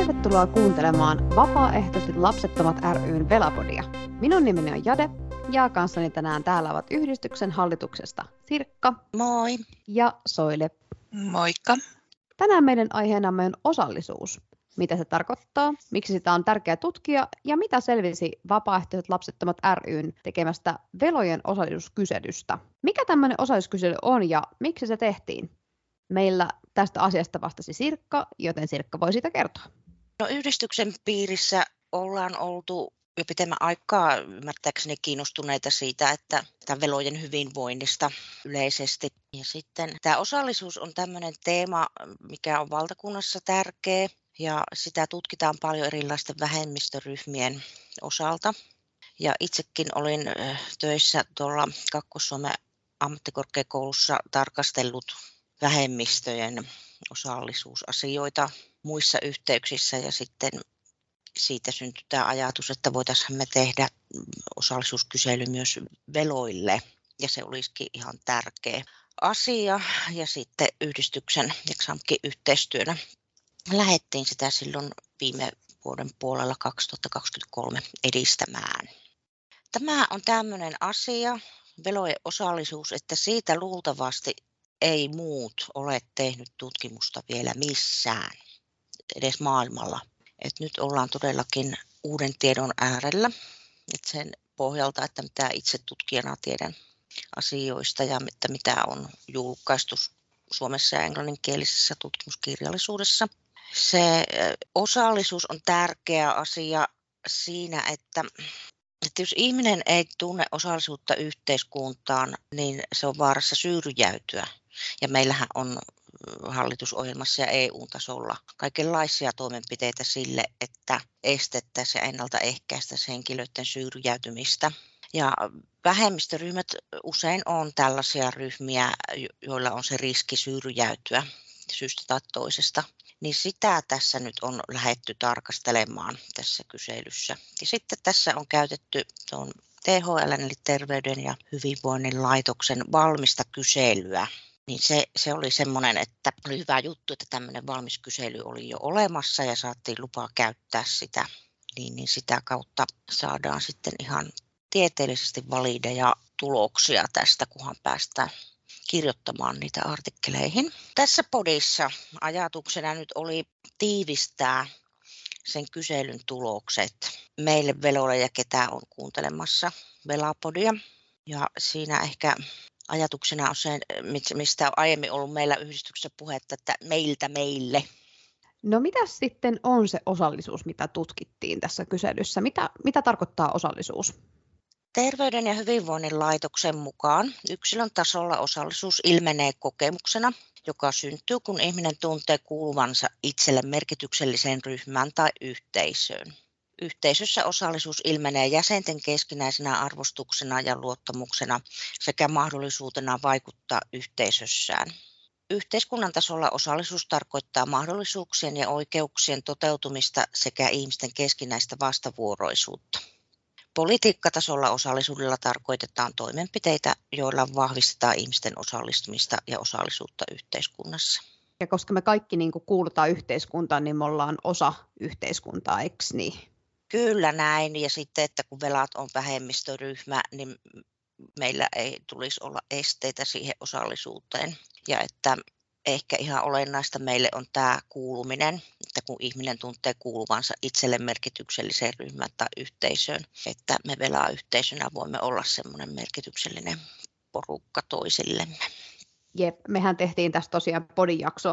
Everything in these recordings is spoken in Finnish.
Tervetuloa kuuntelemaan Vapaaehtoiset lapsettomat ry:n Velapodia. Minun nimeni on Jade ja kanssani tänään täällä ovat yhdistyksen hallituksesta Sirkka. Moi. Ja Soile. Moikka. Tänään meidän aiheenamme on osallisuus. Mitä se tarkoittaa, miksi sitä on tärkeää tutkia ja mitä selvisi Vapaaehtoiset lapsettomat ry:n tekemästä velojen osallisuuskyselystä. Mikä tämmöinen osallisuuskysely on ja miksi se tehtiin? Meillä tästä asiasta vastasi Sirkka, joten Sirkka voi siitä kertoa. No, yhdistyksen piirissä ollaan oltu jo pitemmän aikaa ymmärtääkseni kiinnostuneita siitä, että tämän velojen hyvinvoinnista yleisesti. Ja sitten tämä osallisuus on tämmöinen teema, mikä on valtakunnassa tärkeä ja sitä tutkitaan paljon erilaisten vähemmistöryhmien osalta. Ja itsekin olin töissä tuolla Kaakkois-Suomen ammattikorkeakoulussa tarkastellut vähemmistöjen osallisuusasioita muissa yhteyksissä ja sitten siitä syntyi tämä ajatus, että voitaisiin me tehdä osallisuuskysely myös veloille ja se olisikin ihan tärkeä asia ja sitten yhdistyksen ja XAMKin yhteistyönä lähdettiin sitä silloin viime vuoden puolella 2023 edistämään. Tämä on tämmöinen asia, velojen osallisuus, että siitä luultavasti ei muut ole tehnyt tutkimusta vielä missään, edes maailmalla. Et nyt ollaan todellakin uuden tiedon äärellä, et sen pohjalta, että mitä itse tutkijana tiedän asioista ja että mitä on julkaistu suomessa ja englanninkielisessä tutkimuskirjallisuudessa. Se osallisuus on tärkeä asia siinä, että jos ihminen ei tunne osallisuutta yhteiskuntaan, niin se on vaarassa syrjäytyä. Ja meillähän on hallitusohjelmassa ja EU-tasolla kaikenlaisia toimenpiteitä sille, että estettäisiin ja ennaltaehkäistäisiin henkilöiden syrjäytymistä. Ja vähemmistöryhmät usein on tällaisia ryhmiä, joilla on se riski syrjäytyä syystä tai toisesta. Niin sitä tässä nyt on lähdetty tarkastelemaan tässä kyselyssä. Ja sitten tässä on käytetty tuon THL eli Terveyden ja hyvinvoinnin laitoksen valmista kyselyä. Niin se oli semmoinen, että oli hyvä juttu, että tämmöinen valmis kysely oli jo olemassa ja saatiin lupaa käyttää sitä. Niin sitä kautta saadaan sitten ihan tieteellisesti valideja tuloksia tästä, kunhan päästään kirjoittamaan niitä artikkeleihin. Tässä podissa ajatuksena nyt oli tiivistää sen kyselyn tulokset meille veloille ja ketä on kuuntelemassa Velapodia. Ja siinä ehkä ajatuksena on se, mistä on aiemmin ollut meillä yhdistyksessä puhetta, että meiltä meille. No mitä sitten on se osallisuus, mitä tutkittiin tässä kyselyssä? Mitä tarkoittaa osallisuus? Terveyden ja hyvinvoinnin laitoksen mukaan yksilön tasolla osallisuus ilmenee kokemuksena, joka syntyy, kun ihminen tuntee kuuluvansa itselle merkitykselliseen ryhmään tai yhteisöön. Yhteisössä osallisuus ilmenee jäsenten keskinäisenä arvostuksena ja luottamuksena sekä mahdollisuutena vaikuttaa yhteisössään. Yhteiskunnan tasolla osallisuus tarkoittaa mahdollisuuksien ja oikeuksien toteutumista sekä ihmisten keskinäistä vastavuoroisuutta. Politiikkatasolla osallisuudella tarkoitetaan toimenpiteitä, joilla vahvistetaan ihmisten osallistumista ja osallisuutta yhteiskunnassa. Ja koska me kaikki kuulutaan yhteiskuntaan, niin me ollaan osa yhteiskuntaa, eikö niin? Kyllä näin, ja sitten, että kun velat on vähemmistöryhmä, niin meillä ei tulisi olla esteitä siihen osallisuuteen. Ja että ehkä ihan olennaista meille on tämä kuuluminen, että kun ihminen tuntee kuuluvansa itselle merkitykselliseen ryhmään tai yhteisöön, että me VELA-yhteisönä voimme olla semmoinen merkityksellinen porukka toisillemme. Jep, mehän tehtiin tässä tosiaan podijakso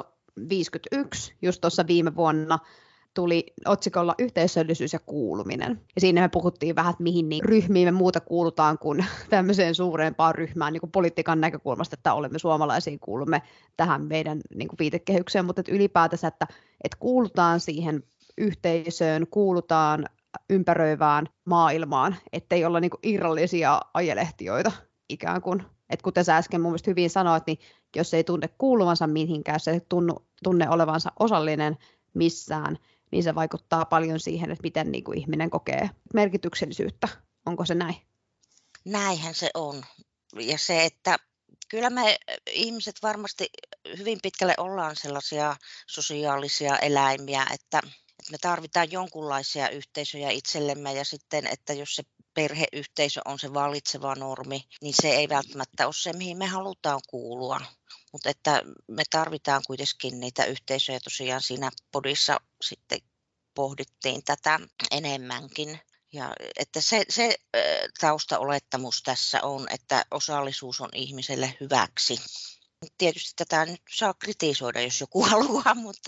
51, just tuossa viime vuonna tuli otsikolla yhteisöllisyys ja kuuluminen. Ja siinä me puhuttiin vähän, että mihin ryhmiin me muuta kuulutaan kuin tämmöiseen suurempaan ryhmään niin kuin politiikan näkökulmasta, että olemme suomalaisia, kuulumme tähän meidän viitekehykseen, mutta että ylipäätänsä, että kuulutaan siihen yhteisöön, kuulutaan ympäröivään maailmaan, ettei olla irrallisia ajelehtijoita ikään kuin. Että kuten sä äsken mun mielestä hyvin sanoit, niin jos ei tunne kuuluvansa mihinkään, jos ei tunne olevansa osallinen missään, niin se vaikuttaa paljon siihen, että miten ihminen kokee merkityksellisyyttä. Onko se näin? Näinhän se on. Ja se, että kyllä me ihmiset varmasti hyvin pitkälle ollaan sellaisia sosiaalisia eläimiä, että Me tarvitaan jonkunlaisia yhteisöjä itsellemme ja sitten, että jos se perheyhteisö on se vallitseva normi, niin se ei välttämättä ole se, mihin me halutaan kuulua. Mutta että me tarvitaan kuitenkin niitä yhteisöjä. Tosiaan siinä podissa sitten pohdittiin tätä enemmänkin. Ja että se taustaolettamus tässä on, että osallisuus on ihmiselle hyväksi. Tietysti tätä nyt saa kritisoida, jos joku haluaa, mutta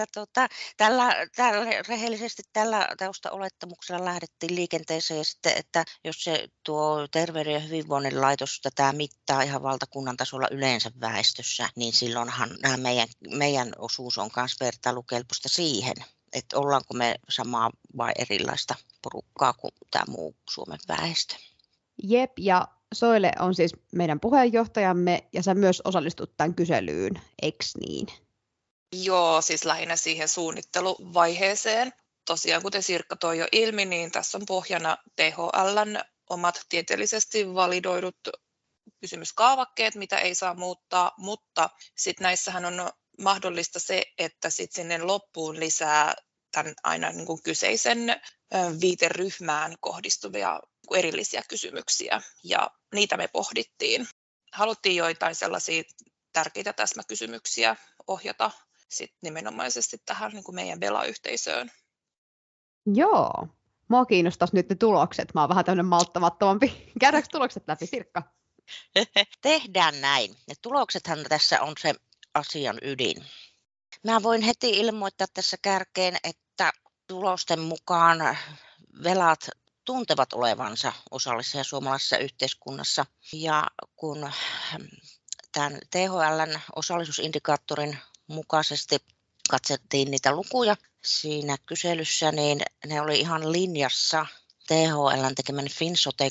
rehellisesti tällä taustaolettamuksella lähdettiin liikenteeseen. Ja sitten, että jos se tuo Terveyden ja hyvinvoinnin laitos tätä mittaa ihan valtakunnan tasolla yleensä väestössä, niin silloinhan meidän osuus on myös vertailukelpoista siihen, että ollaanko me samaa vai erilaista porukkaa kuin tämä muu Suomen väestö. Jep, ja Soile on siis meidän puheenjohtajamme, ja sä myös osallistut tämän kyselyyn, eks niin? Joo, siis lähinnä siihen suunnitteluvaiheeseen. Tosiaan, kuten Sirkka toi jo ilmi, niin tässä on pohjana THL:n omat tieteellisesti validoidut kysymyskaavakkeet, mitä ei saa muuttaa, mutta sitten näissähän on mahdollista se, että sitten sinne loppuun lisää tämän aina niin kuin kyseisen viiteryhmään kohdistuvia erillisiä kysymyksiä, ja niitä me pohdittiin. Haluttiin joitain sellaisia tärkeitä täsmäkysymyksiä ohjata sit nimenomaisesti tähän niin kuin meidän Vela-yhteisöön. Joo, mua kiinnostaisi nyt ne tulokset. Mä oon vähän tämmöinen malttamattomampi. Käydäänkö tulokset läpi, Sirkka? Tehdään näin. Ne tuloksethan tässä on se asian ydin. Mä voin heti ilmoittaa tässä kärkeen, että tulosten mukaan velat tuntevat olevansa osallisia suomalaisessa yhteiskunnassa. Ja kun tämän THL:n osallisuusindikaattorin mukaisesti katsottiin niitä lukuja siinä kyselyssä, niin ne oli ihan linjassa THL:n tekemän FinSote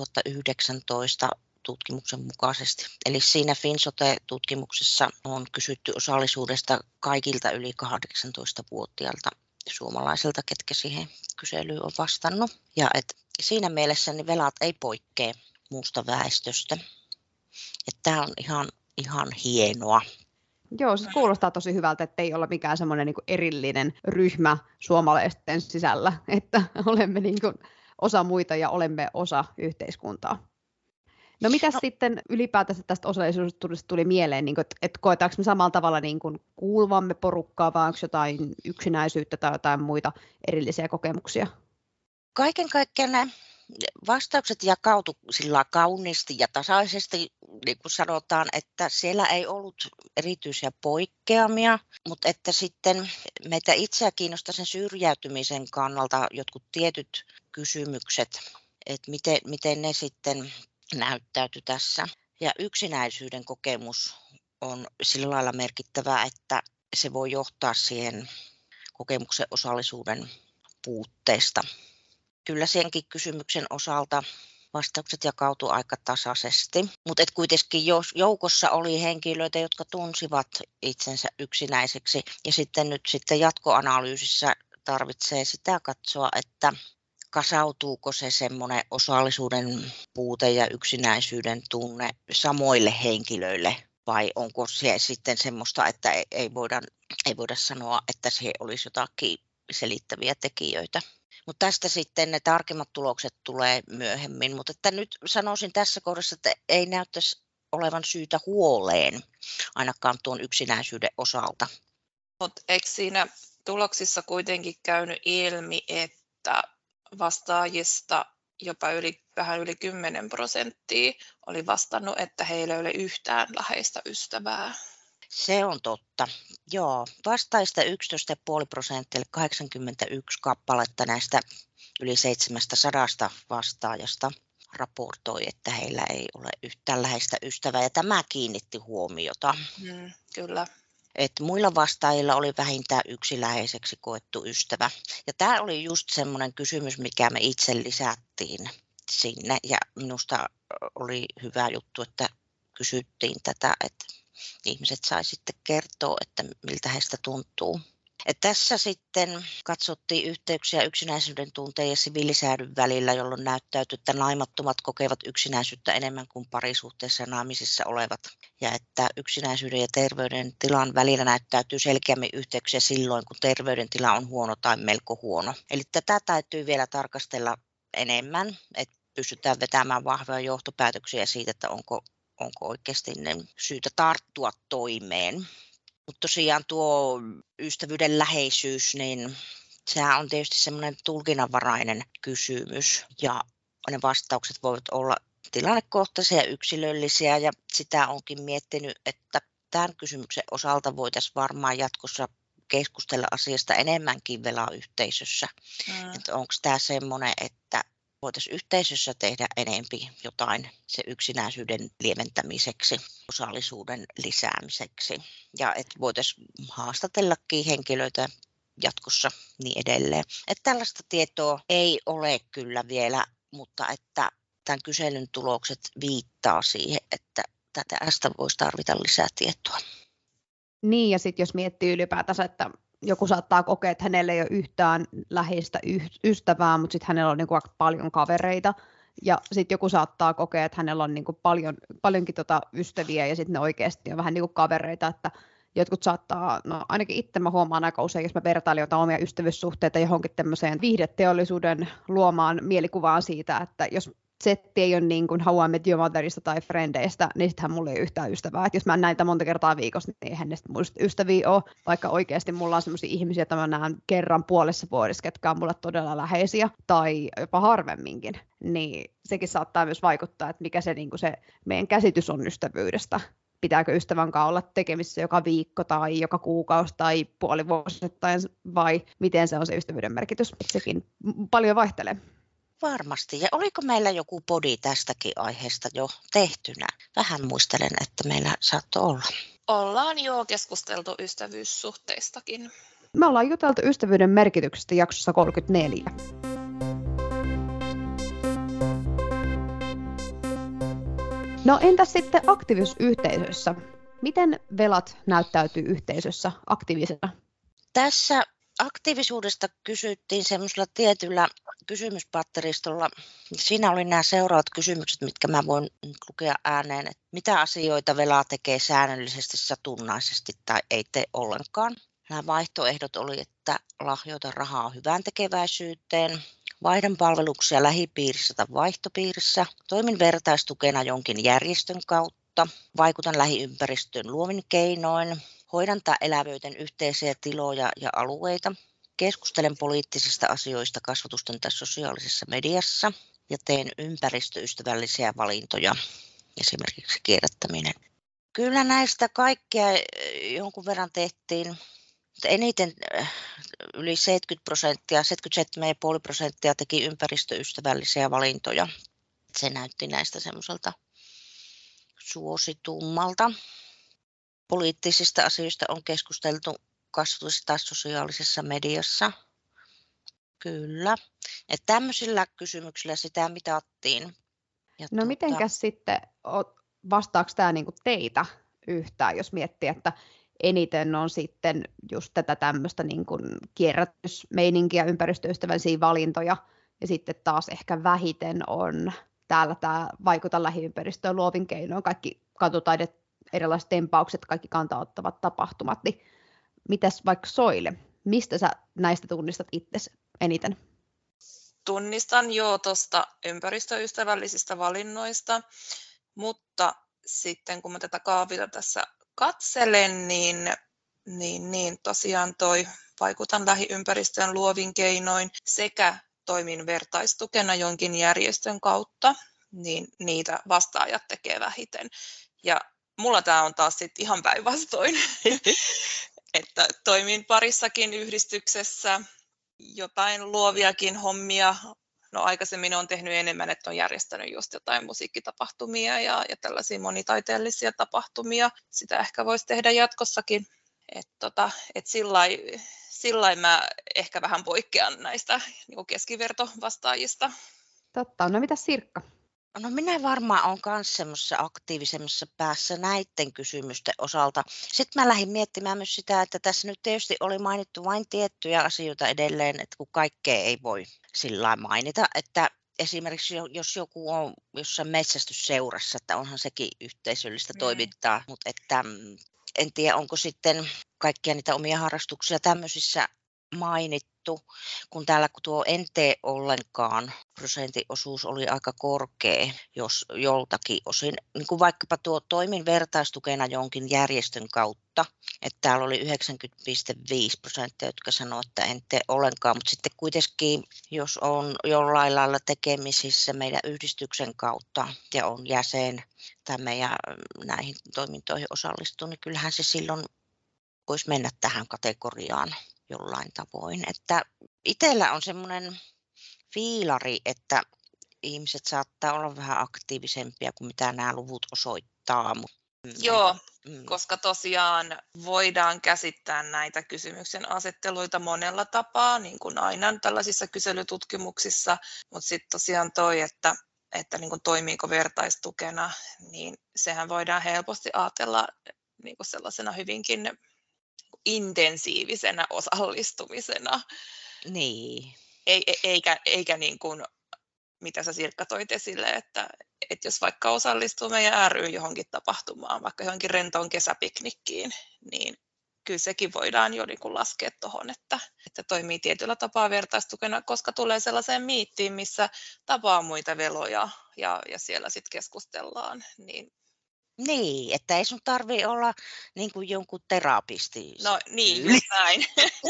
2019 tutkimuksen mukaisesti. Eli siinä FinSote-tutkimuksessa on kysytty osallisuudesta kaikilta yli 18-vuotiailta suomalaisilta, ketkä siihen kyselyyn on vastannut. Ja siinä mielessä niin velat ei poikkea muusta väestöstä. Tämä on ihan hienoa. Joo, se kuulostaa tosi hyvältä, että ei olla mikään semmoinen niin kuin erillinen ryhmä suomalaisten sisällä, että olemme niin kuin osa muita ja olemme osa yhteiskuntaa. No mitäs sitten ylipäätänsä tästä osallisuudesta tuli mieleen, niin kuin, että koetaanko me samalla tavalla niin kuin kuuluvamme porukkaa, vai onko jotain yksinäisyyttä tai jotain muita erillisiä kokemuksia? Kaiken kaikkiaan nämä vastaukset jakautu sillä kauniisti ja tasaisesti, niin kuin sanotaan, että siellä ei ollut erityisiä poikkeamia, mutta että sitten meitä itseä kiinnostaa sen syrjäytymisen kannalta jotkut tietyt kysymykset, että miten ne sitten näyttäytyi tässä. Ja yksinäisyyden kokemus on sillä lailla merkittävää, että se voi johtaa siihen kokemuksen osallisuuden puutteesta. Kyllä senkin kysymyksen osalta vastaukset jakautuu aika tasaisesti, mutta kuitenkin joukossa oli henkilöitä, jotka tunsivat itsensä yksinäiseksi, ja sitten nyt jatkoanalyysissä tarvitsee sitä katsoa, että kasautuuko se semmoinen osallisuuden puute ja yksinäisyyden tunne samoille henkilöille, vai onko se sitten semmoista, että ei voida sanoa, että se olisi jotakin selittäviä tekijöitä. Mutta tästä sitten ne tarkemmat tulokset tulee myöhemmin, mutta että nyt sanoisin tässä kohdassa, että ei näyttäisi olevan syytä huoleen ainakaan tuon yksinäisyyden osalta. Mutta eikö siinä tuloksissa kuitenkin käynyt ilmi, että vastaajista jopa vähän yli 10% oli vastannut, että heillä ei ole yhtään läheistä ystävää? Se on totta. Joo, vastaajista 11,5%, eli 81 kappaletta näistä yli 700 vastaajasta raportoi, että heillä ei ole yhtään läheistä ystävää, ja tämä kiinnitti huomiota. Kyllä. Että muilla vastaajilla oli vähintään yksi läheiseksi koettu ystävä. Ja tämä oli just semmoinen kysymys, mikä me itse lisättiin sinne, ja minusta oli hyvä juttu, että kysyttiin tätä, että ihmiset sai sitten kertoa, että miltä heistä tuntuu. Et tässä sitten katsottiin yhteyksiä yksinäisyyden tunteen ja siviilisäädyn välillä, jolloin näyttäytyi, että naimattomat kokevat yksinäisyyttä enemmän kuin parisuhteessa ja naimisissa olevat. Ja että yksinäisyyden ja terveydentilan välillä näyttäytyy selkeämmin yhteyksiä silloin, kun terveydentila on huono tai melko huono. Eli tätä täytyy vielä tarkastella enemmän, että pystytään vetämään vahvoja johtopäätöksiä siitä, että onko oikeasti syytä tarttua toimeen. Mutta tosiaan tuo ystävyyden läheisyys, niin sehän on tietysti semmoinen tulkinnanvarainen kysymys ja ne vastaukset voivat olla tilannekohtaisia ja yksilöllisiä ja sitä onkin miettinyt, että tämän kysymyksen osalta voitaisiin varmaan jatkossa keskustella asiasta enemmänkin velayhteisössä. Että onko tämä semmoinen, että voitaisiin yhteisössä tehdä enempi jotain se yksinäisyyden lieventämiseksi, osallisuuden lisäämiseksi ja että voitaisiin haastatellakin henkilöitä jatkossa niin edelleen. Että tällaista tietoa ei ole kyllä vielä, mutta että tämän kyselyn tulokset viittaa siihen, että tästä voisi tarvita lisää tietoa. Niin, ja sitten jos miettii ylipäätänsä, että joku saattaa kokea, että hänellä ei ole yhtään läheistä ystävää, mutta sitten hänellä on niin kuin paljon kavereita. Ja sitten joku saattaa kokea, että hänellä on niin kuin paljonkin ystäviä ja sitten ne oikeasti on vähän niin kuin kavereita, että jotkut saattaa, no ainakin itse mä huomaan aika usein, jos mä vertailen jotain omia ystävyyssuhteita johonkin tämmöiseen viihdeteollisuuden luomaan mielikuvaan siitä, että jos setti ei ole niin kuin How I Met Your Motherista tai Frendeistä, niin sittenhän mulla ei ole yhtään ystävää. Et jos mä näen näitä monta kertaa viikossa, niin eihän ne sitten muista ystäviä ole, vaikka oikeasti mulla on sellaisia ihmisiä, että mä näen kerran puolessa vuodessa, ketkä on mulle todella läheisiä, tai jopa harvemminkin. Niin sekin saattaa myös vaikuttaa, että mikä se, niin kuin se meidän käsitys on ystävyydestä. Pitääkö ystävän kanssa olla tekemisissä joka viikko tai joka kuukausi tai puolivuosittain, vai miten se on se ystävyyden merkitys. Sekin paljon vaihtelee. Varmasti. Ja oliko meillä joku podi tästäkin aiheesta jo tehtynä? Vähän muistelen, että meillä saattoi olla. Ollaan jo keskusteltu ystävyyssuhteistakin. Me ollaan juteltu ystävyyden merkityksestä jaksossa 34. No entäs sitten aktiivisuusyhteisössä? Miten velat näyttäytyy yhteisössä aktiivisena? Tässä aktiivisuudesta kysyttiin semmoisella tietyllä kysymyspatteristolla. Siinä oli nämä seuraavat kysymykset, mitkä mä voin lukea ääneen. Että mitä asioita vela tekee säännöllisesti, satunnaisesti tai ei tee ollenkaan. Nämä vaihtoehdot oli, että lahjoita rahaa hyvään tekeväisyyteen, vaihdan palveluksia lähipiirissä tai vaihtopiirissä, toimin vertaistukena jonkin järjestön kautta, vaikutan lähiympäristöön luovin keinoin, hoidan tai elävöitän yhteisiä tiloja ja alueita, keskustelen poliittisista asioista kasvatusten tai sosiaalisessa mediassa ja teen ympäristöystävällisiä valintoja, esimerkiksi kierrättäminen. Kyllä näistä kaikkia jonkun verran tehtiin, mutta eniten yli 70%, 77,5% teki ympäristöystävällisiä valintoja. Se näytti näistä semmoiselta suositummalta. Poliittisista asioista on keskusteltu kasvatus- tai sosiaalisessa mediassa. Kyllä. Että tämmöisillä kysymyksillä sitä mitattiin. Ja no mitenkäs sitten, vastaako tämä niinku teitä yhtään, jos miettii, että eniten on sitten just tätä tämmöistä niinku kierrätysmeininkiä, ympäristöystävällisiä valintoja, ja sitten taas ehkä vähiten on täällä tämä vaikuta lähiympäristöön luovin keinoin, kaikki katutaidet, erilaiset tempaukset, kaikki kantauttavat tapahtumat, niin mitäs vaikka Soile, mistä sä näistä tunnistat itsesi eniten? Tunnistan jo tuosta ympäristöystävällisistä valinnoista, mutta sitten kun mä tätä kaavita tässä katselen, niin tosiaan toi vaikutan lähiympäristöön luovin keinoin sekä toimin vertaistukena jonkin järjestön kautta, niin niitä vastaajat tekee vähiten. Ja mulla tämä on taas sit ihan päinvastoin, että toimin parissakin yhdistyksessä, jotain luoviakin hommia. No aikaisemmin olen tehnyt enemmän, että olen järjestänyt just jotain musiikkitapahtumia ja tällaisia monitaiteellisia tapahtumia. Sitä ehkä voisi tehdä jatkossakin. Että sillai mä ehkä vähän poikkean näistä niin keskivertovastaajista. Totta. No mitä Sirkka? No minä varmaan olen myös semmoisessa aktiivisemmassa päässä näiden kysymysten osalta. Sitten mä lähdin miettimään myös sitä, että tässä nyt tietysti oli mainittu vain tiettyjä asioita edelleen, että kun kaikkea ei voi sillä lailla mainita, että esimerkiksi jos joku on jossain metsästysseurassa, että onhan sekin yhteisöllistä toimintaa, mutta että en tiedä onko sitten kaikkia niitä omia harrastuksia tämmöisissä mainittu, kun täällä kun tuo en tee ollenkaan prosentin osuus oli aika korkea, jos joltakin osin, niin kuin vaikkapa tuo toimin vertaistukena jonkin järjestön kautta, että täällä oli 90,5%, jotka sanoo, että en tee ollenkaan, mutta sitten kuitenkin, jos on jollain lailla tekemisissä meidän yhdistyksen kautta ja on jäsen tai meidän näihin toimintoihin osallistuu, niin kyllähän se silloin voisi mennä tähän kategoriaan jollain tavoin. Että itsellä on semmoinen fiilari, että ihmiset saattaa olla vähän aktiivisempia kuin mitä nämä luvut osoittaa. Joo, koska tosiaan voidaan käsittää näitä kysymyksen asetteluita monella tapaa, niin kuin aina tällaisissa kyselytutkimuksissa, mutta sitten tosiaan että niin kuin toimiiko vertaistukena, niin sehän voidaan helposti ajatella niin kuin sellaisena hyvinkin intensiivisenä osallistumisena. Niin. Eikä niin kuin, mitä sä Sirkka toit esille, että jos vaikka osallistuu meidän ry johonkin tapahtumaan, vaikka johonkin rentoon kesäpiknikkiin, niin kyllä sekin voidaan jo niin kuin laskea tuohon, että toimii tietyllä tapaa vertaistukena, koska tulee sellaiseen miittiin, missä tapaa muita veloja ja siellä sitten keskustellaan, Niin, että ei sun tarvitse olla niin kuin jonkun terapisti. No niin, just näin.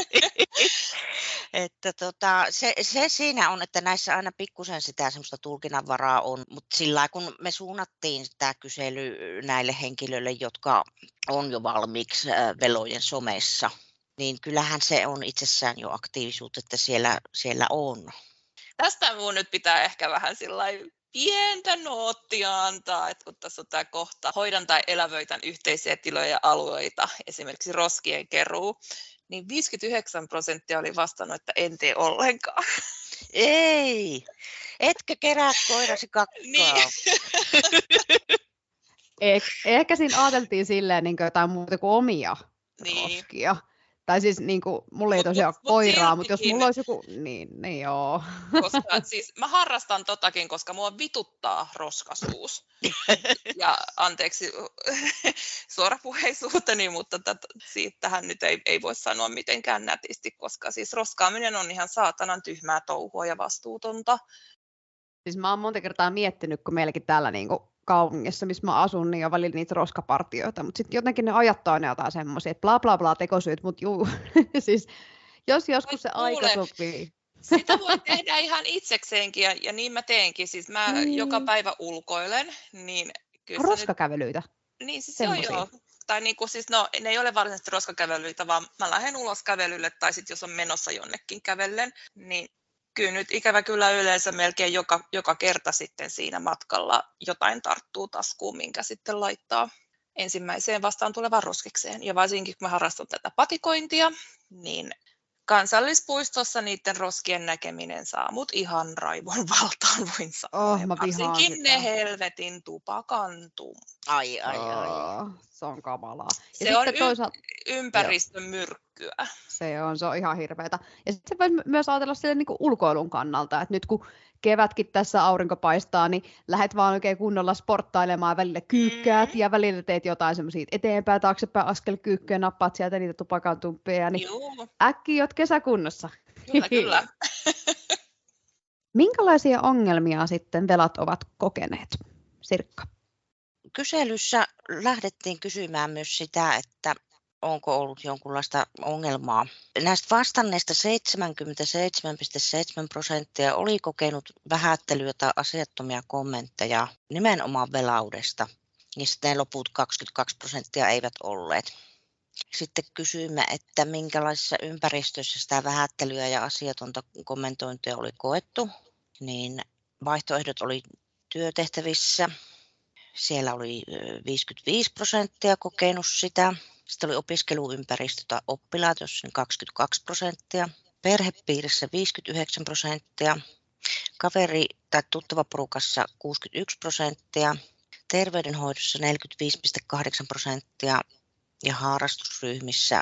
Että se siinä on, että näissä aina pikkusen sitä semmoista tulkinnanvaraa on, mutta sillä kun me suunnattiin tämä kysely näille henkilöille, jotka on jo valmiiksi velojen somessa, niin kyllähän se on itsessään jo aktiivisuutta, että siellä on. Tästä minun nyt pitää ehkä vähän pientä noottia antaa, että kun tässä on tämä kohta, hoidan tai elävöitän yhteisiä tiloja ja alueita, esimerkiksi roskien keruu, niin 59% oli vastannut, että en tee ollenkaan. Ei, etkä kerää koirasi kakkaa. Niin. Ehkä siinä ajateltiin silleen niin kuin jotain muuta kuin omia niin. roskia. Tai siis niin kuin, mulla ei tosiaan koiraa, mutta jos mulla olisi joku, niin joo. Koska siis mä harrastan totakin, koska mua vituttaa roskasuus. Ja anteeksi suorapuheisuuteni, mutta siitähän nyt ei voi sanoa mitenkään nätisti, koska siis roskaaminen on ihan saatanan tyhmää touhua ja vastuutonta. Siis mä oon monta kertaa miettinyt, kun meilläkin täällä niin kuin kaupungissa, missä mä asun, niin on välillä niitä roskapartioita, mutta sitten jotenkin ne ajattaa ne jotain semmoisia, että bla bla bla tekosyyt, mutta juu, siis jos joskus se aika sopii. Sitä voi tehdä ihan itsekseenkin ja niin mä teenkin, siis mä joka päivä ulkoilen. Niin kyllä roskakävelyitä? Niin siis joo. Tai niin kuin siis, no ne ei ole varsinaisesti roskakävelyitä, vaan mä lähden ulos kävelylle tai sitten jos on menossa jonnekin kävellen, niin kyllä nyt ikävä kyllä yleensä melkein joka kerta sitten siinä matkalla jotain tarttuu taskuun, minkä sitten laittaa ensimmäiseen vastaan tulevaan roskikseen. Ja varsinkin kun mä harrastan tätä patikointia, niin kansallispuistossa niiden roskien näkeminen saa mut ihan raivon valtaan, voin sanoa. Varsinkin ne helvetin tupakantum. Ai. Se on kamalaa. Se on ympäristön myrkkyä. Se on ihan hirveätä. Ja sitten voi myös ajatella sille niin kuin ulkoilun kannalta, että nyt kun kevätkin tässä aurinko paistaa, niin lähdet vaan oikein kunnolla sporttailemaan, välillä kyykkäät ja välillä teet jotain semmoisia eteenpäin, taaksepäin askelkyykkyjä, nappaat sieltä niitä tupakantumpeja, niin äkkiä oot kesäkunnossa. Kyllä. Minkälaisia ongelmia sitten velat ovat kokeneet, Sirkka? Kyselyssä lähdettiin kysymään myös sitä, että onko ollut jonkunlaista ongelmaa. Näistä vastanneista 77,7% oli kokenut vähättelyä tai asiattomia kommentteja nimenomaan velaudesta. Ja sitten loput 22% eivät olleet. Sitten kysyimme, että minkälaisessa ympäristössä sitä vähättelyä ja asiatonta kommentointia oli koettu. Niin vaihtoehdot oli työtehtävissä. Siellä oli 55% kokenut sitä. Sitten oli opiskeluympäristö tai oppilaitos, 22%, perhepiirissä 59%, kaveri- tai tuttavaporukassa 61%, terveydenhoidossa 45,8% ja harrastusryhmissä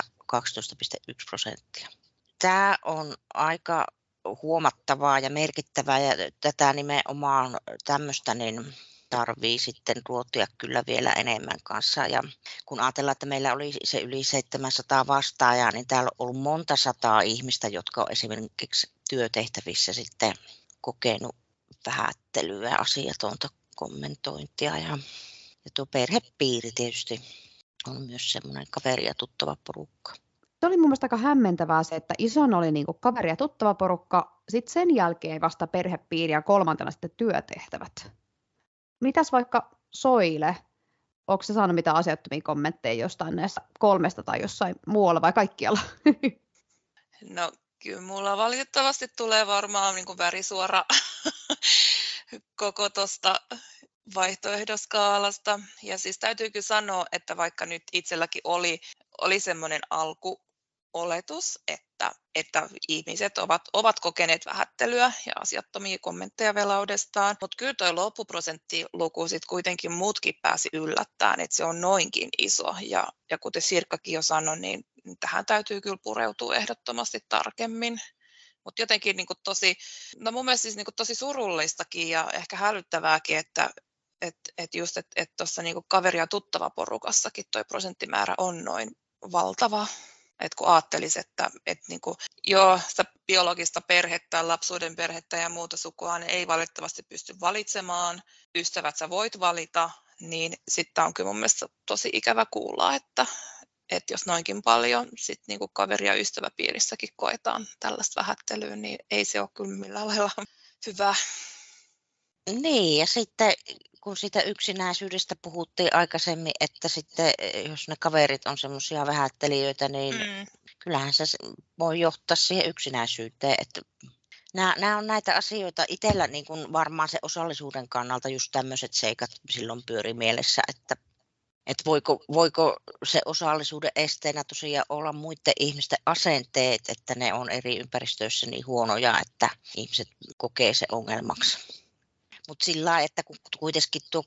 12,1%. Tämä on aika huomattavaa ja merkittävää ja tätä nimenomaan tämmöistä niin tarvii sitten ruotia kyllä vielä enemmän kanssa. Ja kun ajatellaan, että meillä oli se yli 700 vastaajaa, niin täällä on ollut monta sataa ihmistä, jotka on esimerkiksi työtehtävissä sitten kokenut vähättelyä, asiatonta kommentointia. Ja tuo perhepiiri tietysti on myös semmoinen kaveri- ja tuttava porukka. Se oli mun mielestä aika hämmentävää se, että ison oli niin kuin kaveri- ja tuttava porukka, sitten sen jälkeen vasta perhepiiri ja kolmantena sitten työtehtävät. Mitäs vaikka Soile? Onko se saanut mitään asiattomia kommentteja jostain näistä kolmesta tai jossain muualla vai kaikkialla? No kyllä mulla valitettavasti tulee varmaan niin kuin värisuora koko tuosta vaihtoehdoskaalasta. Ja siis täytyy kyllä sanoa, että vaikka nyt itselläkin oli semmoinen alkuoletus, että ihmiset ovat kokeneet vähättelyä ja asiattomia kommentteja velaudestaan, mutta kyllä tuo loppuprosenttiluku sitten kuitenkin muutkin pääsi yllättämään, että se on noinkin iso. Ja kuten Sirkkakin jo sanoi, niin tähän täytyy kyllä pureutua ehdottomasti tarkemmin. Mutta jotenkin niin mun mielestä siis niin tosi surullistakin ja ehkä hälyttävääkin, että tuossa niin kaveri- ja tuttava porukassakin tuo prosenttimäärä on noin valtava. Et kun ajattelisi, että niin sitä biologista perhettä, lapsuuden perhettä ja muuta sukua niin ei valitettavasti pysty valitsemaan, ystävät sä voit valita, niin sitten on kyllä mun mielestä tosi ikävä kuulla, että jos noinkin paljon sit niin kaveri- ja ystäväpiirissäkin koetaan tällaista vähättelyä, niin ei se ole kyllä millään lailla hyvä. Niin, ja sitten kun siitä yksinäisyydestä puhuttiin aikaisemmin, että sitten jos ne kaverit on semmoisia vähättelijöitä, niin kyllähän se voi johtaa siihen yksinäisyyteen. Että nämä on näitä asioita itsellä niin kuin varmaan se osallisuuden kannalta just tämmöiset seikat silloin pyöri mielessä, että voiko se osallisuuden esteenä tosiaan olla muiden ihmisten asenteet, että ne on eri ympäristöissä niin huonoja, että ihmiset kokee se ongelmaksi. Mutta sillä lailla, että kuitenkin tuo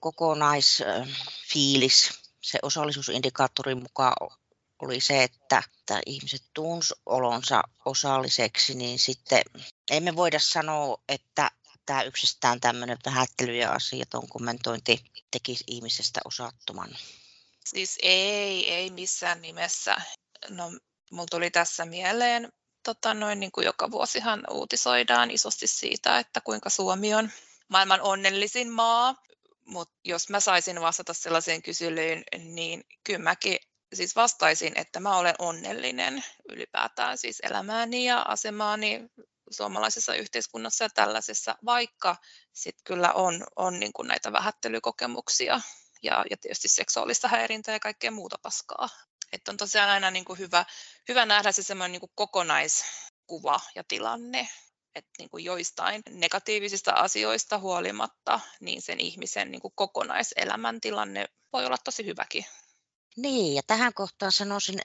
kokonaisfiilis, se osallisuusindikaattorin mukaan oli se, että ihmiset tunsi olonsa osalliseksi, niin sitten emme voida sanoa, että tämä yksistään tämmöinen vähättely ja asiaton kommentointi tekisi ihmisestä osattoman. Siis ei missään nimessä. No, mulla tuli tässä mieleen, niin kuin joka vuosihan uutisoidaan isosti siitä, että kuinka Suomi on maailman onnellisin maa. Mutta jos mä saisin vastata sellaiseen kyselyyn, niin kyllä mäkin siis vastaisin, että mä olen onnellinen ylipäätään siis elämääni ja asemaani suomalaisessa yhteiskunnassa ja tällaisessa, vaikka sitten kyllä on niin kuin näitä vähättelykokemuksia ja tietysti seksuaalista häirintää ja kaikkea muuta paskaa. Että on tosiaan aina niin kuin hyvä nähdä se semmoinen niin kuin kokonaiskuva ja tilanne, että niin kuin joistain negatiivisista asioista huolimatta, niin sen ihmisen niin kuin kokonaiselämäntilanne voi olla tosi hyväkin. Niin, ja tähän kohtaan sanoisin,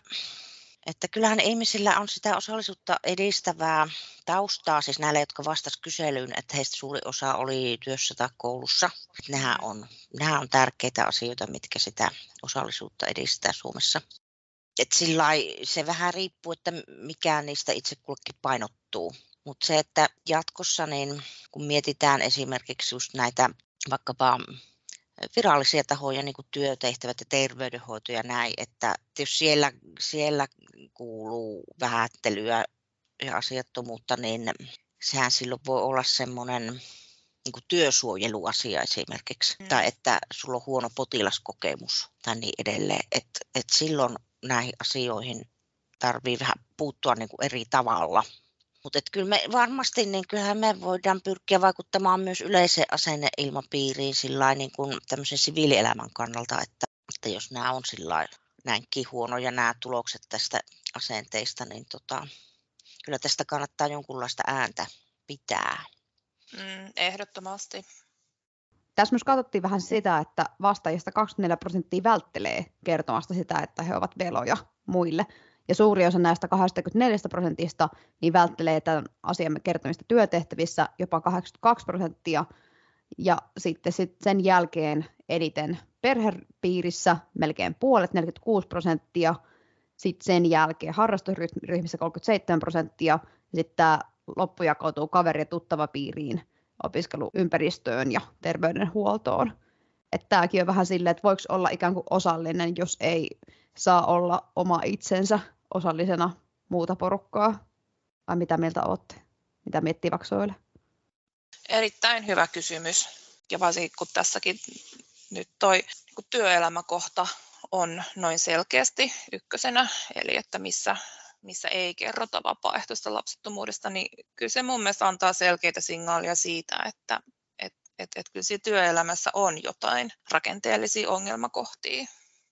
että kyllähän ihmisillä on sitä osallisuutta edistävää taustaa, siis näille, jotka vastasivat kyselyyn, että heistä suuri osa oli työssä tai koulussa. Nämä on tärkeitä asioita, mitkä sitä osallisuutta edistää Suomessa. Et se vähän riippuu, että mikä niistä itse kullekin painottuu. Mutta se, että jatkossa, niin kun mietitään esimerkiksi just näitä vaikkapa virallisia tahoja, niin kuin työtehtävät ja terveydenhoito ja näin, että jos siellä kuuluu vähättelyä ja asiattomuutta, niin sehän silloin voi olla semmoinen niin kuin työsuojeluasia esimerkiksi, tai että sulla on huono potilaskokemus tai niin edelleen, että silloin näihin asioihin tarvii vähän puuttua niin kuin eri tavalla. Mutta kyllä me varmasti, niin kyllähän me voidaan pyrkiä vaikuttamaan myös yleiseen asenneilmapiiriin sillain, niin kuin tämmöisen siviilielämän kannalta, että jos nämä on sillain näinkin huonoja nämä tulokset tästä asenteista, niin kyllä tästä kannattaa jonkunlaista ääntä pitää. Ehdottomasti. Tässä myös katsottiin vähän sitä, että vastaajista 24% välttelee kertomasta sitä, että he ovat veloja muille. Ja suuri osa näistä 24% niin välttelee tämän asian kertomista työtehtävissä, jopa 82%. Ja sitten sen jälkeen eniten perhepiirissä, melkein puolet, 46%. Sitten sen jälkeen harrastusryhmissä 37%. Ja sitten tämä loppu jakautuu kaveri- ja tuttavapiiriin, opiskeluympäristöön ja terveydenhuoltoon. Että tämäkin on vähän silleen, että voiko olla ikään kuin osallinen, jos ei saa olla oma itsensä osallisena muuta porukkaa? Vai mitä mieltä olette? Mitä miettii Vaksoille? Erittäin hyvä kysymys. Ja varsinkin kun tässäkin nyt toi niin työelämäkohta on noin selkeästi ykkösenä, eli että missä ei kerrota vapaaehtoista lapsettomuudesta, niin kyllä se mun mielestä antaa selkeitä signaalia siitä, että kyllä siinä työelämässä on jotain rakenteellisia ongelmakohtia.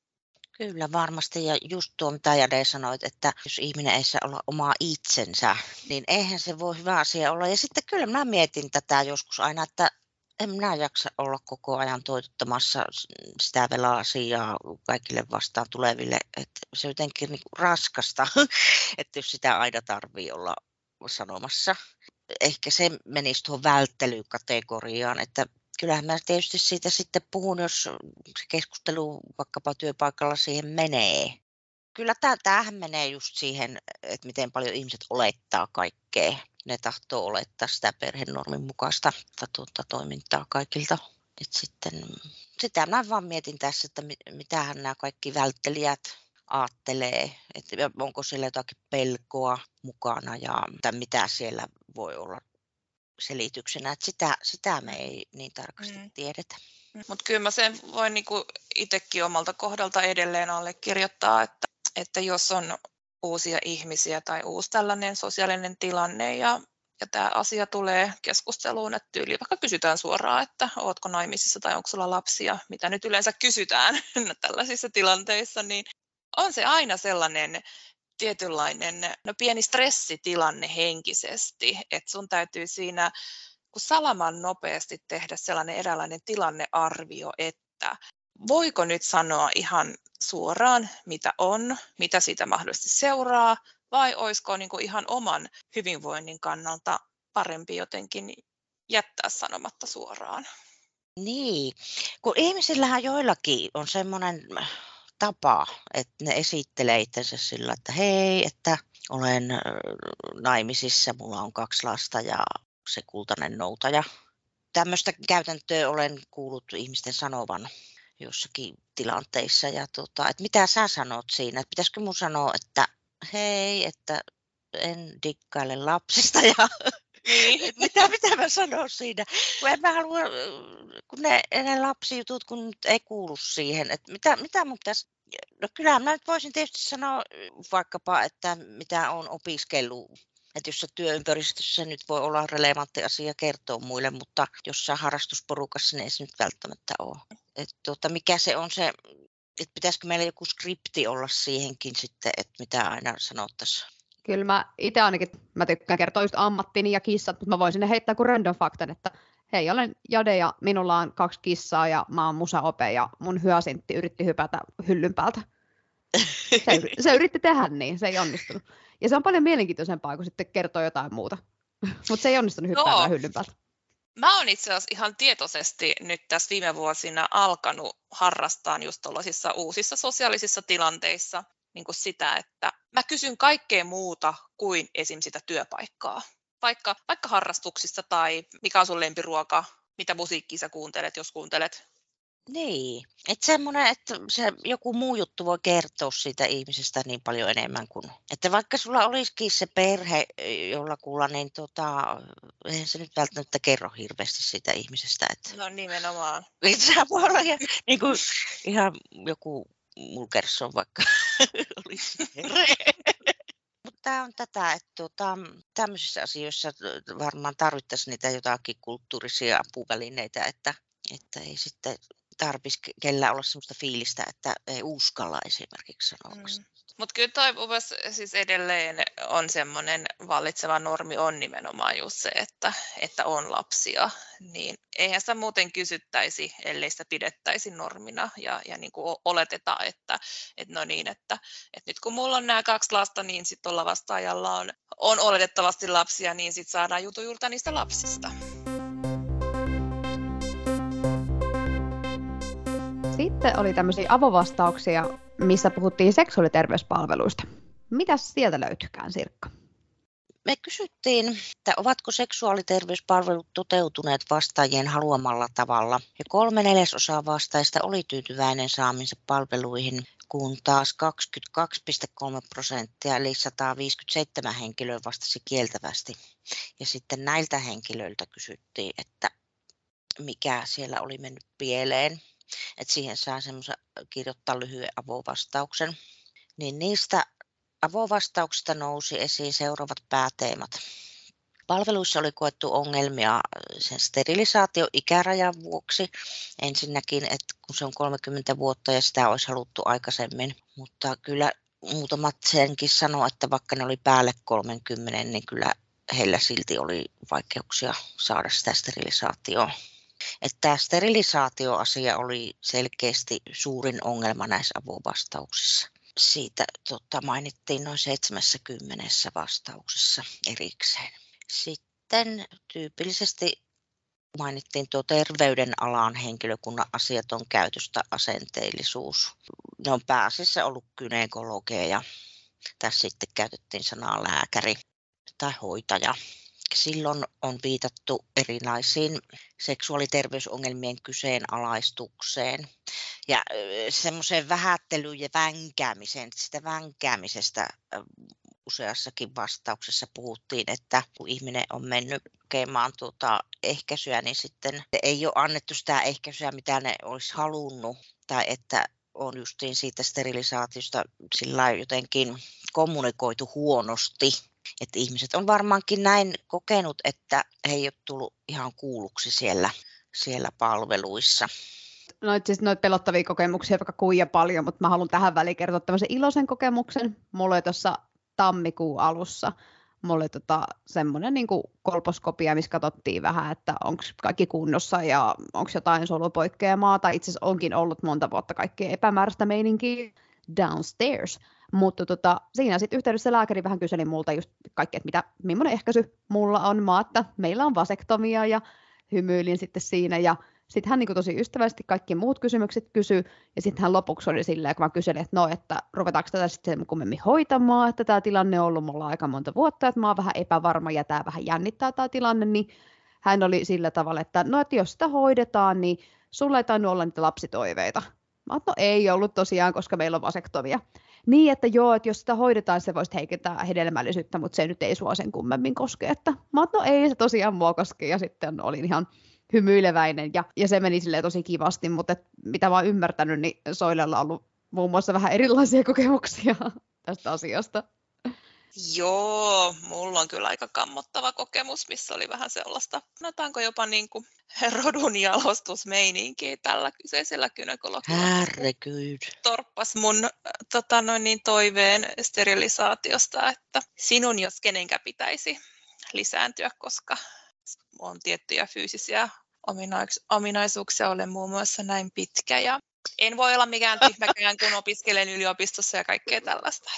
Kyllä varmasti, ja just tuo mitä Jade sanoit, että jos ihminen ei saa olla oma itsensä, niin eihän se voi hyvä asia olla. Ja sitten kyllä minä mietin tätä joskus aina, että en minä jaksa olla koko ajan toitottamassa sitä vela-asiaa kaikille vastaan tuleville, että se on jotenkin niin kuin raskasta, että jos sitä aina tarvii olla sanomassa. Ehkä se menisi tuohon välttelykategoriaan, että kyllähän mä tietysti siitä sitten puhun, jos se keskustelu vaikkapa työpaikalla siihen menee. Kyllä tämähän menee just siihen, että miten paljon ihmiset olettaa kaikkea. Ne tahtoo olettaa sitä perhenormin mukaista toimintaa kaikilta. Et sitten, sitä mä vaan mietin tässä, että mitähän nämä kaikki välttelijät aattelee, että onko siellä jotakin pelkoa mukana ja mitä siellä voi olla selityksenä, että sitä me ei niin tarkasti tiedetä. Mutta kyllä mä sen voin niinku itsekin omalta kohdalta edelleen allekirjoittaa, että jos on uusia ihmisiä tai uusi tällainen sosiaalinen tilanne ja tämä asia tulee keskusteluun, että tyyliin vaikka kysytään suoraan, että ootko naimisissa tai onko sulla lapsia, mitä nyt yleensä kysytään tällaisissa tilanteissa, niin on se aina sellainen tietynlainen pieni stressitilanne henkisesti, että sun täytyy siinä kun salaman nopeasti tehdä sellainen eräänlainen tilannearvio, että voiko nyt sanoa ihan suoraan, mitä on, mitä siitä mahdollisesti seuraa, vai olisiko niin kuin ihan oman hyvinvoinnin kannalta parempi jotenkin jättää sanomatta suoraan. Niin, kun ihmisillähän joillakin on semmoinen tapa, että ne esittelee itsensä sillä, että hei, että olen naimisissa, mulla on 2 lasta ja se kultainen noutaja. Tämmöistä käytäntöä olen kuullut ihmisten sanovan jossakin tilanteissa. Ja että mitä sä sanot siinä? Että pitäisikö mun sanoa, että hei, että en dikkaile lapsista ja Niin. mitä mä sanon siinä? Kun en mä halua, kun ne lapsijutut kun nyt ei kuulu siihen. Että mitä mun pitäisi. No kyllähän mä nyt voisin tietysti sanoa vaikkapa, että mitä on opiskellut. Että jos työympäristössä nyt voi olla relevantti asia kertoa muille, mutta jossain harrastusporukassa niin ei se nyt välttämättä ole. Että mikä se on se, että pitäisikö meillä joku skripti olla siihenkin sitten, että mitä aina sanottaisiin. Kyllä mä itse ainakin, mä tykkään kertoa just ammattini ja kissat, mutta mä voin sinne heittää kuin random faktan, että hei, olen Jade ja minulla on 2 kissaa ja mä oon musaope ja mun hyasintti yritti hypätä hyllyn päältä. Se yritti tehdä niin, se ei onnistunut. Ja se on paljon mielenkiintoisempaa, kun sitten kertoo jotain muuta. Mutta se ei onnistunut hyppäämään hyllyn päältä. Mä oon itse asiassa ihan tietoisesti nyt tässä viime vuosina alkanut harrastaa just tuollaisissa uusissa sosiaalisissa tilanteissa niin kuin sitä, että mä kysyn kaikkea muuta kuin esim. Sitä työpaikkaa. Vaikka harrastuksissa tai mikä on sun lempiruoka, mitä musiikkia sä kuuntelet, jos kuuntelet. Niin, että semmoinen, että se joku muu juttu voi kertoa siitä ihmisestä niin paljon enemmän kuin, että vaikka sulla olisikin se perhe jollakulla, niin eihän se nyt välttämättä kerro hirveästi siitä ihmisestä. Että No nimenomaan. itse voi olla niin kuin ihan joku Mulkersson vaikka olisi perhe. Mutta tämä on tätä, että tämmöisissä asioissa varmaan tarvittaisiin niitä jotakin kulttuurisia apuvälineitä, että ei sitten tarvitsisi kellään olla sellaista fiilistä, että ei uskalla esimerkiksi sanoa. Mutta kyllä toi mun mielestä siis edelleen on semmoinen vallitseva normi on nimenomaan just se, että on lapsia, niin eihän sitä muuten kysyttäisi, ellei sitä pidettäisi normina ja niin kuin oleteta, että no niin, että nyt kun mulla on nämä 2 lasta, niin sitten tuolla vastaajalla on oletettavasti lapsia, niin sitten saadaan jutujuurta niistä lapsista. Sitten oli tämmöisiä avovastauksia, missä puhuttiin seksuaaliterveyspalveluista. Mitäs sieltä löytykään, Sirkka? Me kysyttiin, että ovatko seksuaaliterveyspalvelut toteutuneet vastaajien haluamalla tavalla. Ja 3/4 vastaajista oli tyytyväinen saamiinsa palveluihin, kun taas 22,3% eli 157 henkilöä vastasi kieltävästi. Ja sitten näiltä henkilöiltä kysyttiin, että mikä siellä oli mennyt pieleen. Että siihen saa semmoisen kirjoittaa lyhyen avovastauksen. Niin niistä avovastauksista nousi esiin seuraavat pääteemat. Palveluissa oli koettu ongelmia sen sterilisaatio-ikärajan vuoksi. Ensinnäkin, että kun se on 30 vuotta ja sitä olisi haluttu aikaisemmin. Mutta kyllä muutamat senkin sanoo, että vaikka ne oli päälle 30, niin kyllä heillä silti oli vaikeuksia saada sitä sterilisaatioa. Että tämä sterilisaatioasia oli selkeästi suurin ongelma näissä avovastauksissa. Siitä mainittiin noin 70 vastauksessa erikseen. Sitten tyypillisesti mainittiin tuo terveydenalan henkilökunnan asiaton käytös tai asenteellisuus. Ne on pääasiassa ollut gynekologeja. Tässä sitten käytettiin sanaa lääkäri tai hoitaja. Silloin on viitattu erilaisiin seksuaaliterveysongelmien kyseenalaistukseen ja semmoiseen vähättelyyn ja vänkäämiseen. Sitä vänkäämisestä useassakin vastauksessa puhuttiin, että kun ihminen on mennyt kokemaan ehkäisyä, niin sitten ei ole annettu sitä ehkäisyä, mitä ne olisi halunnut, tai että on justiin siitä sterilisaatiosta sillä jotenkin kommunikoitu huonosti. Että ihmiset on varmaankin näin kokenut, että he ei ole tullut ihan kuulluksi siellä palveluissa. Noita pelottavia kokemuksia vaikka kuinka paljon, mutta mä haluan tähän väliin kertoa tämmöisen iloisen kokemuksen. Mulla oli tuossa tammikuun alussa mulla oli semmoinen niin kuin kolposkopia, missä katsottiin vähän, että onko kaikki kunnossa ja onko jotain solupoikkeamaa, tai itse asiassa onkin ollut monta vuotta kaikkea epämääräistä meininkiä downstairs. Mutta siinä sitten yhteydessä lääkäri vähän kyseli multa just kaikki, että millainen ehkäisy mulla on. Että meillä on vasektomia ja hymyilin sitten siinä. Ja sitten hän niin tosi ystävällisesti kaikki muut kysymykset kysyi. Ja sitten hän lopuksi oli silleen, kun mä kyselin, että ruvetaanko tätä sitten kummemmin hoitamaan, että tämä tilanne on ollut mulla aika monta vuotta, että mä oon vähän epävarma ja tämä vähän jännittää tämä tilanne, niin hän oli sillä tavalla, että että jos sitä hoidetaan, niin sulla ei tainnut olla niitä lapsitoiveita. Mä oon, ei ollut tosiaan, koska meillä on vasektomia. Niin, että joo, että jos sitä hoidetaan, se voisi heikentää hedelmällisyyttä, mutta se nyt ei sua sen kummemmin koske. Että mä oon, ei se tosiaan mua koske, ja sitten olin ihan hymyileväinen, ja se meni silleen tosi kivasti, mutta mitä mä oon ymmärtänyt, niin Soilella on ollut muun muassa vähän erilaisia kokemuksia tästä asiasta. Joo, mulla on kyllä aika kammottava kokemus, missä oli vähän sellaista, sanotaanko jopa niin kuin rodunjalostusmeininkiä tällä kyseisellä gynekologilla. Herregud. Torppas mun toiveen sterilisaatiosta, että sinun jos kenenkä pitäisi lisääntyä, koska on tiettyjä fyysisiä ominaisuuksia, olen muun muassa näin pitkä ja en voi olla mikään tyhmäkään, kun opiskelen yliopistossa ja kaikkea tällaista.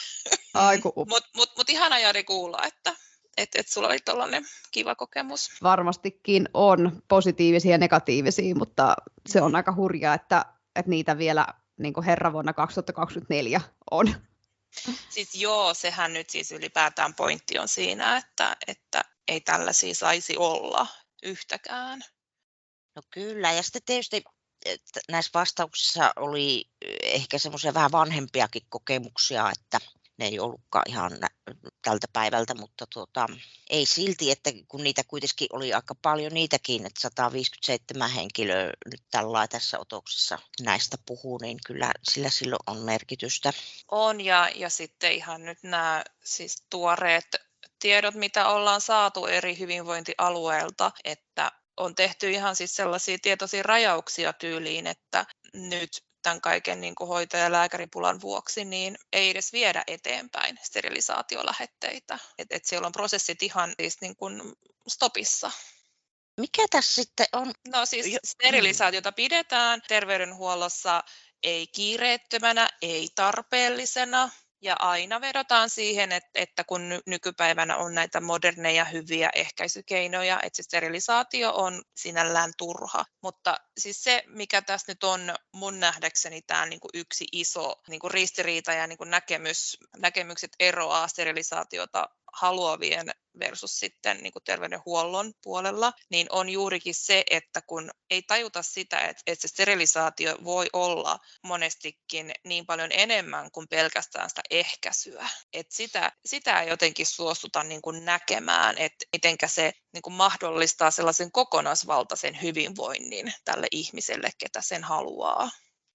Mutta ihana Jari kuulla, että sulla oli tollainen kiva kokemus. Varmastikin on positiivisia ja negatiivisia, mutta se on aika hurjaa, että niitä vielä niin kuin herra vuonna 2024 on. Siis joo, sehän nyt siis ylipäätään pointti on siinä, että ei tällaisia saisi olla yhtäkään. No kyllä, ja sitten tietysti näissä vastauksissa oli ehkä semmoisia vähän vanhempiakin kokemuksia, että ne ei ollutkaan ihan tältä päivältä, mutta ei silti, että kun niitä kuitenkin oli aika paljon niitäkin, että 157 henkilöä nyt tässä otoksessa näistä puhuu, niin kyllä sillä silloin on merkitystä. On, ja sitten ihan nyt nämä siis tuoreet tiedot, mitä ollaan saatu eri hyvinvointialueilta, että on tehty ihan siis sellaisia tietoisia rajauksia tyyliin, että nyt tämän kaiken niin kuin hoitaja- ja lääkäripulan vuoksi, niin ei edes viedä eteenpäin sterilisaatiolähetteitä. Et siellä on prosessit ihan siis niin kuin stopissa. Mikä tässä sitten on? No siis sterilisaatiota pidetään terveydenhuollossa ei kiireettömänä, ei tarpeellisena. Ja aina vedotaan siihen, että kun nykypäivänä on näitä moderneja hyviä ehkäisykeinoja, että se sterilisaatio on sinällään turha. Mutta siis se, mikä tässä nyt on mun nähdäkseni tämä niin kuin yksi iso niin kuin ristiriita ja niin kuin näkemykset eroaa sterilisaatiota haluavien versus sitten niin kuin terveydenhuollon puolella, niin on juurikin se, että kun ei tajuta sitä, että se sterilisaatio voi olla monestikin niin paljon enemmän kuin pelkästään sitä ehkäisyä. Että sitä ei jotenkin suostuta niin kuin näkemään, että mitenkä se niin kuin mahdollistaa sellaisen kokonaisvaltaisen hyvinvoinnin tälle ihmiselle, ketä sen haluaa.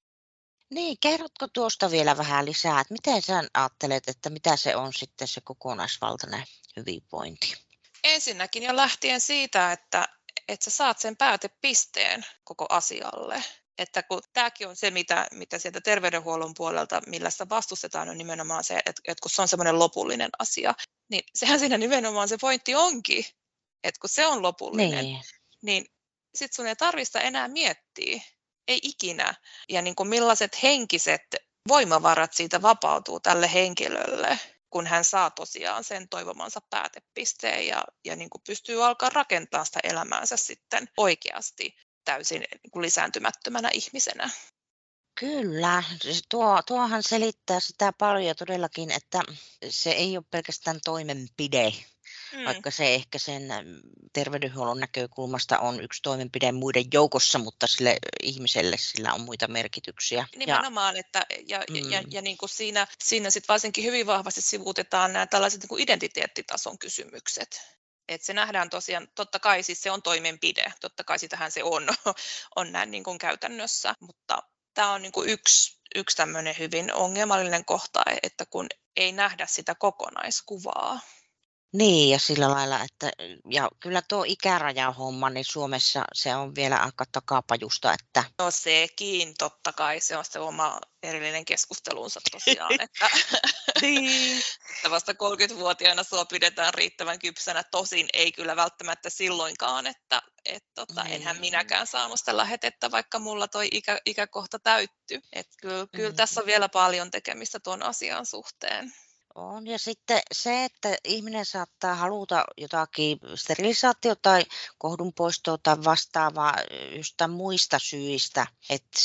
Niin, kerrotko tuosta vielä vähän lisää, että miten sä ajattelet, että mitä se on sitten se kokonaisvaltainen hyvinvointi? Ensinnäkin jo lähtien siitä, että sä saat sen päätepisteen koko asialle. Että kun tämäkin on se, mitä sieltä terveydenhuollon puolelta, millä sitä vastustetaan, on nimenomaan se, että kun se on semmoinen lopullinen asia, niin sehän siinä nimenomaan se pointti onkin, että kun se on lopullinen, niin sitten sun ei tarvitse enää miettiä, ei ikinä. Ja niin kuin millaiset henkiset voimavarat siitä vapautuu tälle henkilölle, kun hän saa tosiaan sen toivomansa päätepisteen ja niin kuin pystyy alkaa rakentaa sitä elämäänsä sitten oikeasti täysin niin kuin lisääntymättömänä ihmisenä. Kyllä, siis tuohan selittää sitä paljon todellakin, että se ei ole pelkästään toimenpide, vaikka se ehkä sen terveydenhuollon näkökulmasta on yksi toimenpide muiden joukossa, mutta sille ihmiselle sillä on muita merkityksiä. Nimenomaan, ja niin kuin siinä sit varsinkin hyvin vahvasti sivuutetaan nämä tällaiset niin kuin identiteettitason kysymykset. Että se nähdään tosiaan, totta kai siis se on toimenpide, totta kai sitähän se on näin niin kuin käytännössä, mutta tämä on niin kuin yksi tämmöinen hyvin ongelmallinen kohta, että kun ei nähdä sitä kokonaiskuvaa. Niin, ja sillä lailla, että ja kyllä tuo ikärajahomma, niin Suomessa se on vielä aika takapajusta, että... No sekin, totta kai, se on se oma erillinen keskustelunsa tosiaan, että vasta 30-vuotiaana sua pidetään riittävän kypsänä, tosin ei kyllä välttämättä silloinkaan, että enhän minäkään saanut sitä lähetettä, vaikka mulla toi ikäkohta täyttyi. Että kyllä tässä on vielä paljon tekemistä tuon asian suhteen. On, ja sitten se, että ihminen saattaa haluta jotakin sterilisaatio- tai kohdunpoistoa tai vastaavaa jostain muista syistä, että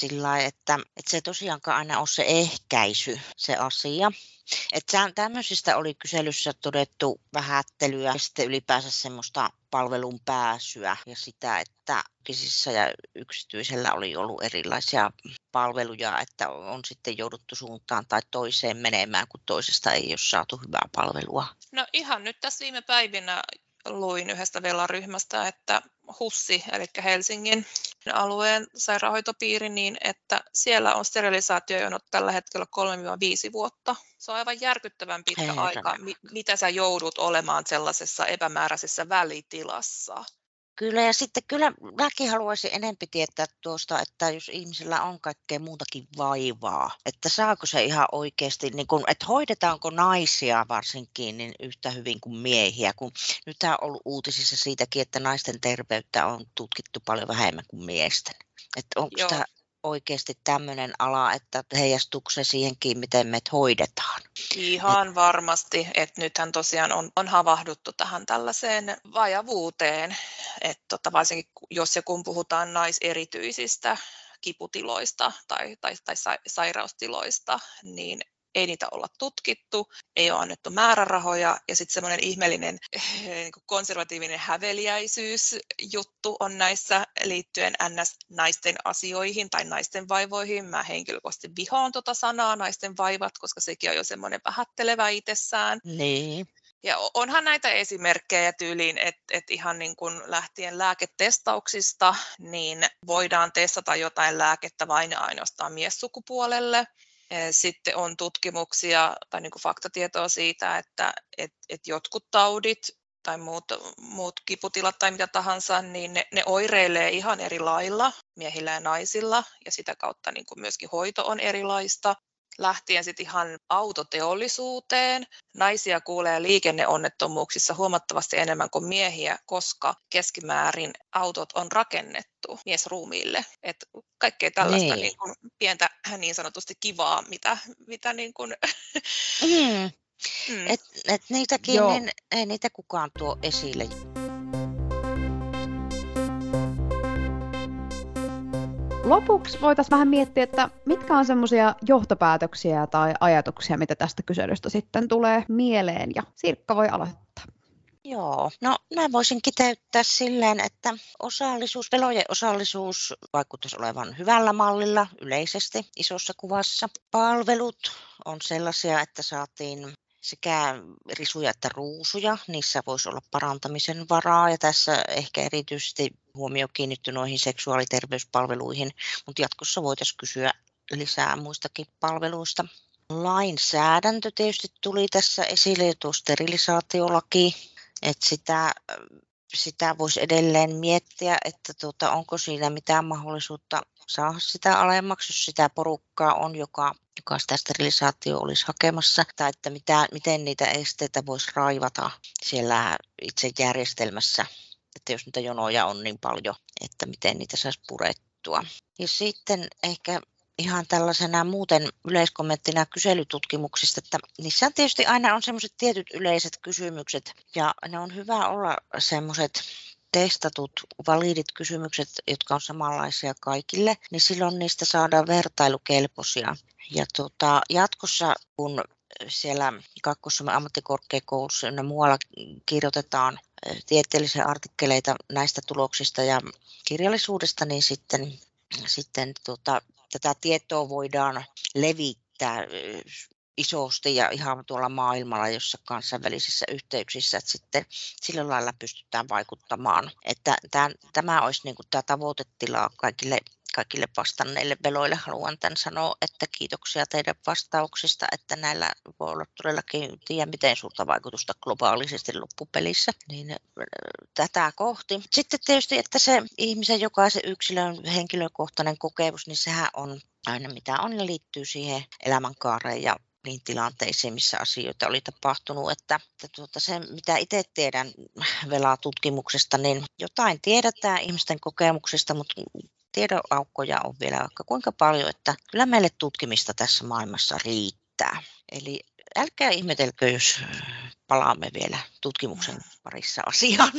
se ei tosiaankaan aina ole se ehkäisy, se asia. Että tämmöisistä oli kyselyssä todettu vähättelyä ja sitten ylipäänsä semmoista palvelun pääsyä ja sitä, että julkisissa ja yksityisellä oli ollut erilaisia palveluja, että on sitten jouduttu suuntaan tai toiseen menemään, kun toisesta ei ole saatu hyvää palvelua. No ihan nyt tässä viime päivinä luin yhdestä VELA-ryhmästä, että HUSsi, eli Helsingin alueen sairaanhoitopiiri, niin että siellä on sterilisaatiojonot tällä hetkellä 3-5 vuotta. Se on aivan järkyttävän pitkä aika, mitä sä joudut olemaan sellaisessa epämääräisessä välitilassa. Kyllä, ja sitten kyllä mäkin haluaisin enempi tietää tuosta, että jos ihmisellä on kaikkea muutakin vaivaa, että saako se ihan oikeasti, niin kun, että hoidetaanko naisia varsinkin niin yhtä hyvin kuin miehiä, kun nyt on ollut uutisissa siitäkin, että naisten terveyttä on tutkittu paljon vähemmän kuin miesten. Että onko tämä oikeasti tämmöinen ala, että heijastuuko se siihenkin, miten meitä hoidetaan? Ihan varmasti, että nythän tosiaan on havahduttu tähän tällaiseen vajavuuteen, että varsinkin jos ja kun puhutaan naiserityisistä kiputiloista tai sairaustiloista, niin ei niitä olla tutkittu, ei ole annettu määrärahoja ja sitten semmoinen ihmeellinen konservatiivinen häveliäisyysjuttu on näissä liittyen NS-naisten asioihin tai naisten vaivoihin. Mä henkilökohtaisesti vihaan tuota sanaa naisten vaivat, koska sekin on jo semmoinen vähättelevä itsessään. Niin. Ja onhan näitä esimerkkejä tyyliin, että ihan niin kuin lähtien lääketestauksista, niin voidaan testata jotain lääkettä vain ja ainoastaan miessukupuolelle. Sitten on tutkimuksia tai niin kuin faktatietoa siitä, että jotkut taudit tai muut kiputilat tai mitä tahansa, niin ne oireilee ihan eri lailla miehillä ja naisilla, ja sitä kautta niin kuin myöskin hoito on erilaista. Lähtien sitten ihan autoteollisuuteen. Naisia kuulee liikenneonnettomuuksissa huomattavasti enemmän kuin miehiä, koska keskimäärin autot on rakennettu miesruumiille. Et kaikkea tällaista niin kuin pientä niin sanotusti kivaa, mitä niin kuin Et niitäkin niin, ei niitä kukaan tuo esille. Lopuksi voitaisiin vähän miettiä, että mitkä on semmoisia johtopäätöksiä tai ajatuksia, mitä tästä kyselystä sitten tulee mieleen, ja Sirkka voi aloittaa. Joo, no mä voisin kiteyttää silleen, että velojen osallisuus vaikuttaisi olevan hyvällä mallilla yleisesti isossa kuvassa. Palvelut on sellaisia, että saatiin sekä risuja että ruusuja, niissä voisi olla parantamisen varaa, ja tässä ehkä erityisesti huomio kiinnittyy noihin seksuaaliterveyspalveluihin, mutta jatkossa voitaisiin kysyä lisää muistakin palveluista. Lainsäädäntö tietysti tuli tässä esille, tuo sterilisaatiolaki, että sitä voisi edelleen miettiä, että onko siinä mitään mahdollisuutta saada sitä alemmaksi, jos sitä porukkaa on, joka sitä sterilisaatio olisi hakemassa, tai että miten niitä esteitä voisi raivata siellä itse järjestelmässä, että jos niitä jonoja on niin paljon, että miten niitä saisi purettua. Ja sitten ehkä ihan tällaisena muuten yleiskommenttina kyselytutkimuksista, että niissä tietysti aina on semmoiset tietyt yleiset kysymykset, ja ne on hyvä olla semmoiset testatut, validit kysymykset, jotka on samanlaisia kaikille, niin silloin niistä saadaan vertailukelpoisia. Ja jatkossa, kun siellä Kaakkois-Suomen ammattikorkeakoulussa ja muualla kirjoitetaan tieteellisiä artikkeleita näistä tuloksista ja kirjallisuudesta, niin sitten tätä tietoa voidaan levittää isosti ja ihan tuolla maailmalla, jossa kansainvälisissä yhteyksissä, että sitten sillä lailla pystytään vaikuttamaan. Että tämä olisi niin kuin tämä tavoitetila kaikille vastanneille veloille. Haluan tämän sanoa, että kiitoksia teidän vastauksista, että näillä voi olla todellakin tiedä miten suurta vaikutusta globaalisesti loppupelissä, niin tätä kohti. Sitten tietysti, että se ihmisen jokaisen yksilön henkilökohtainen kokemus, niin sehän on aina mitä on ja liittyy siihen elämänkaareen ja niin tilanteisiin, missä asioita oli tapahtunut, että se, mitä itse tiedän VELA-tutkimuksesta, niin jotain tiedetään ihmisten kokemuksesta, mutta tiedonaukkoja on vielä vaikka kuinka paljon, että kyllä meille tutkimista tässä maailmassa riittää. Eli älkää ihmetelkö, jos palaamme vielä tutkimuksen parissa asiaan.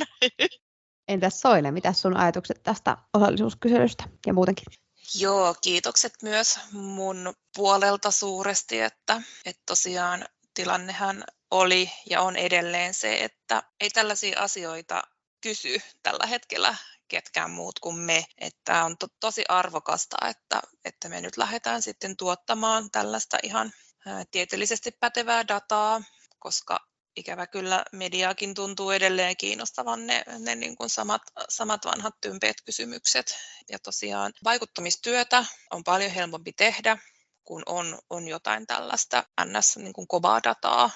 Entäs Soile, mitä sun ajatukset tästä osallisuuskyselystä ja muutenkin? Joo, kiitokset myös mun puolelta suuresti, että tosiaan tilannehan oli ja on edelleen se, että ei tällaisia asioita kysy tällä hetkellä ketkään muut kuin me. Että on tosi arvokasta, että me nyt lähdetään sitten tuottamaan tällaista ihan tieteellisesti pätevää dataa, koska ikävä kyllä mediaakin tuntuu edelleen kiinnostavan ne niin kuin samat vanhat tympeät kysymykset. Ja tosiaan vaikuttamistyötä on paljon helpompi tehdä, kun on jotain tällaista ns. Niin kuin kovaa dataa,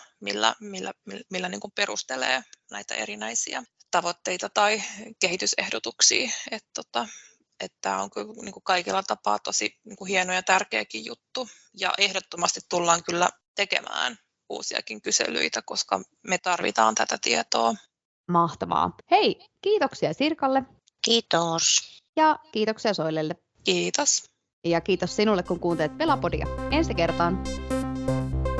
millä niin kuin perustelee näitä erinäisiä tavoitteita tai kehitysehdotuksia. Että tämä on niin kuin kaikilla tapaa tosi niin kuin hieno ja tärkeäkin juttu. Ja ehdottomasti tullaan kyllä tekemään uusiakin kyselyitä, koska me tarvitaan tätä tietoa. Mahtavaa. Hei, kiitoksia Sirkalle. Kiitos. Ja kiitoksia Soilelle. Kiitos. Ja kiitos sinulle, kun kuuntelet Velapodia. Ensi kertaan.